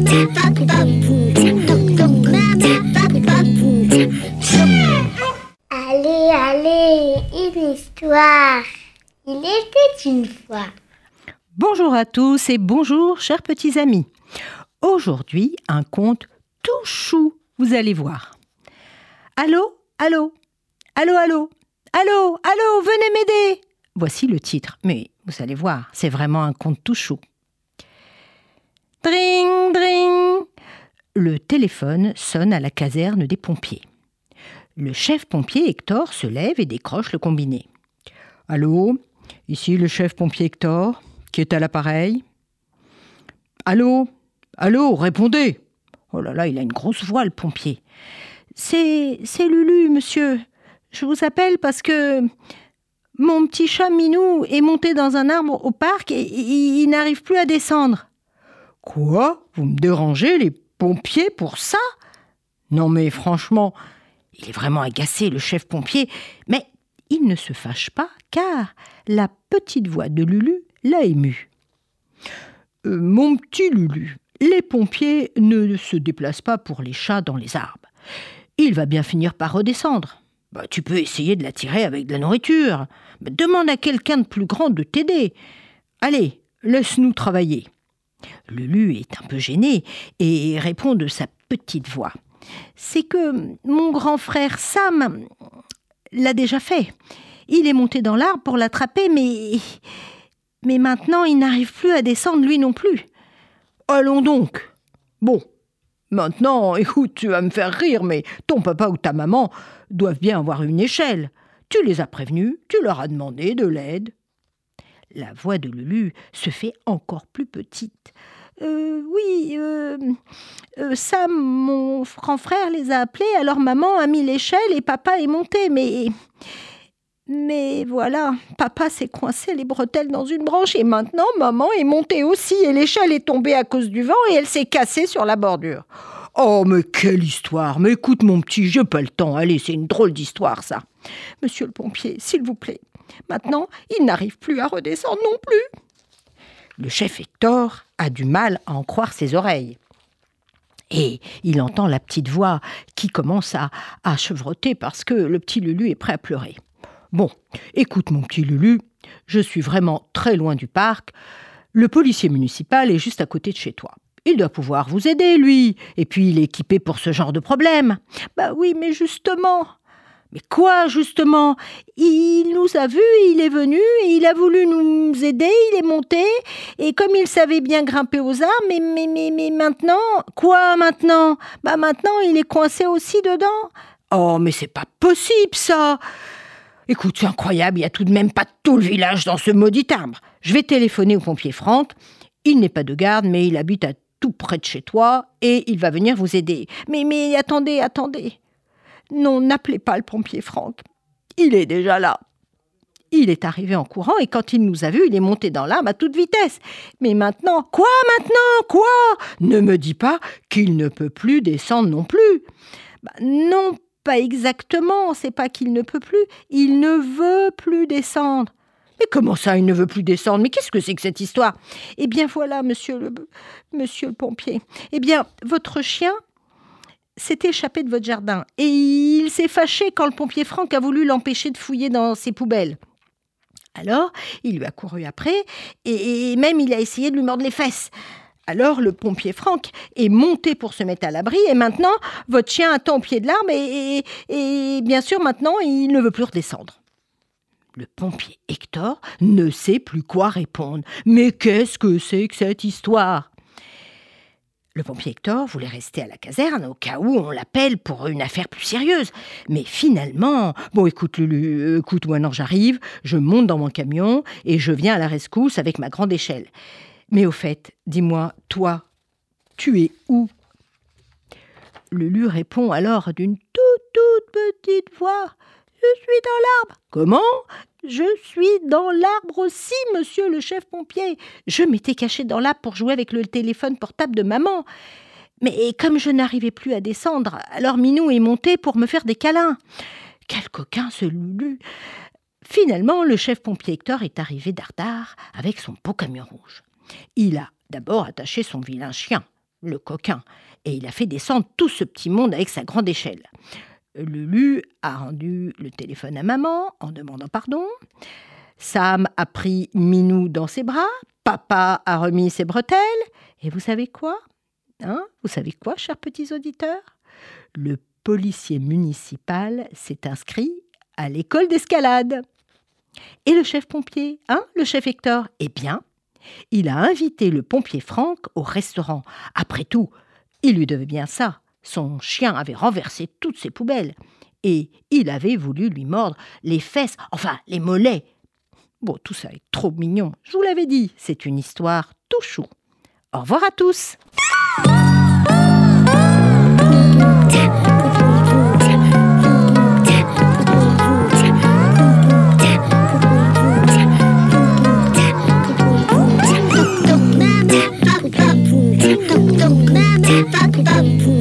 Allez, allez, une histoire. Il était une fois. Bonjour à tous et bonjour chers petits amis. Aujourd'hui, un conte tout chou, vous allez voir. Allô, allô, allô, allô, allô, allô, venez m'aider. Voici le titre, mais vous allez voir, c'est vraiment un conte tout chou. Dring, dring. Le téléphone sonne à la caserne des pompiers. Le chef pompier Hector se lève et décroche le combiné. Allô, ici le chef pompier Hector, qui est à l'appareil. Allô, allô, répondez. Oh là là, il a une grosse voix, le pompier. C'est Lulu, monsieur. Je vous appelle parce que mon petit chat Minou est monté dans un arbre au parc et il n'arrive plus à descendre. Quoi ? Vous me dérangez, les pompiers, pour ça ? Non mais franchement, il est vraiment agacé, le chef pompier, mais il ne se fâche pas car la petite voix de Lulu l'a ému. Mon petit Lulu, les pompiers ne se déplacent pas pour les chats dans les arbres. Il va bien finir par redescendre. Tu peux essayer de l'attirer avec de la nourriture. Demande à quelqu'un de plus grand de t'aider. Allez, laisse-nous travailler. Lulu est un peu gêné et répond de sa petite voix. C'est que mon grand frère Sam l'a déjà fait. Il est monté dans l'arbre pour l'attraper, mais maintenant il n'arrive plus à descendre lui non plus. Allons donc. Bon, maintenant, écoute, tu vas me faire rire, mais ton papa ou ta maman doivent bien avoir une échelle. Tu les as prévenus, tu leur as demandé de l'aide. La voix de Lulu se fait encore plus petite. Oui, Sam, mon grand frère, les a appelés, alors maman a mis l'échelle et papa est monté, mais voilà, papa s'est coincé les bretelles dans une branche et maintenant maman est montée aussi et l'échelle est tombée à cause du vent et elle s'est cassée sur la bordure. Oh, mais quelle histoire! Mais écoute mon petit, j'ai pas le temps, allez, c'est une drôle d'histoire ça. Monsieur le pompier, s'il vous plaît, maintenant il n'arrive plus à redescendre non plus. Le chef Hector a du mal à en croire ses oreilles. Et il entend la petite voix qui commence à chevrotter parce que le petit Lulu est prêt à pleurer. Bon, écoute mon petit Lulu, je suis vraiment très loin du parc. Le policier municipal est juste à côté de chez toi. Il doit pouvoir vous aider, lui. Et puis, il est équipé pour ce genre de problème. Oui, mais justement... Mais quoi, justement? Il nous a vus, il est venu, il a voulu nous aider, il est monté, et comme il savait bien grimper aux arbres, mais maintenant... Quoi, maintenant? Maintenant, il est coincé aussi dedans. Oh, mais c'est pas possible, ça! Écoute, c'est incroyable, il n'y a tout de même pas tout le village dans ce maudit arbre. Je vais téléphoner au pompier Franck. Il n'est pas de garde, mais il habite à tout près de chez toi, et il va venir vous aider. Mais attendez... Non, n'appelez pas le pompier Franck. Il est déjà là. Il est arrivé en courant et quand il nous a vus, il est monté dans l'arbre à toute vitesse. Mais maintenant, quoi maintenant? Quoi? Ne me dis pas qu'il ne peut plus descendre non plus. Non, pas exactement. C'est pas qu'il ne peut plus. Il ne veut plus descendre. Mais comment ça, il ne veut plus descendre? Mais qu'est-ce que c'est que cette histoire? Eh bien voilà, monsieur le pompier. Eh bien, votre chien s'est échappé de votre jardin et il s'est fâché quand le pompier Franck a voulu l'empêcher de fouiller dans ses poubelles. Alors, il lui a couru après et même il a essayé de lui mordre les fesses. Alors, le pompier Franck est monté pour se mettre à l'abri et maintenant, votre chien attend au pied de l'arbre et bien sûr, maintenant, il ne veut plus redescendre. Le pompier Hector ne sait plus quoi répondre. Mais qu'est-ce que c'est que cette histoire ? Le pompier Hector voulait rester à la caserne au cas où on l'appelle pour une affaire plus sérieuse. Mais finalement, écoute Lulu, maintenant j'arrive, je monte dans mon camion et je viens à la rescousse avec ma grande échelle. Mais au fait, dis-moi, toi, tu es où ? Lulu répond alors d'une toute petite voix. Je suis dans l'arbre. Comment ? Je suis dans l'arbre aussi, monsieur le chef pompier. Je m'étais cachée dans l'arbre pour jouer avec le téléphone portable de maman. Mais comme je n'arrivais plus à descendre, alors Minou est monté pour me faire des câlins. Quel coquin ce Lulu ! Finalement, le chef pompier Hector est arrivé dardard avec son beau camion rouge. Il a d'abord attaché son vilain chien. le coquin, et il a fait descendre tout ce petit monde avec sa grande échelle. Lulu a rendu le téléphone à maman en demandant pardon. Sam a pris Minou dans ses bras. Papa a remis ses bretelles. Et vous savez quoi ? Vous savez quoi, chers petits auditeurs ? Le policier municipal s'est inscrit à l'école d'escalade. Et le chef pompier, le chef Hector, eh bien, il a invité le pompier Franck au restaurant. Après tout, il lui devait bien ça. Son chien avait renversé toutes ses poubelles. Et il avait voulu lui mordre les fesses, enfin les mollets. Bon, tout ça est trop mignon. Je vous l'avais dit, c'est une histoire tout chou. Au revoir à tous. Papa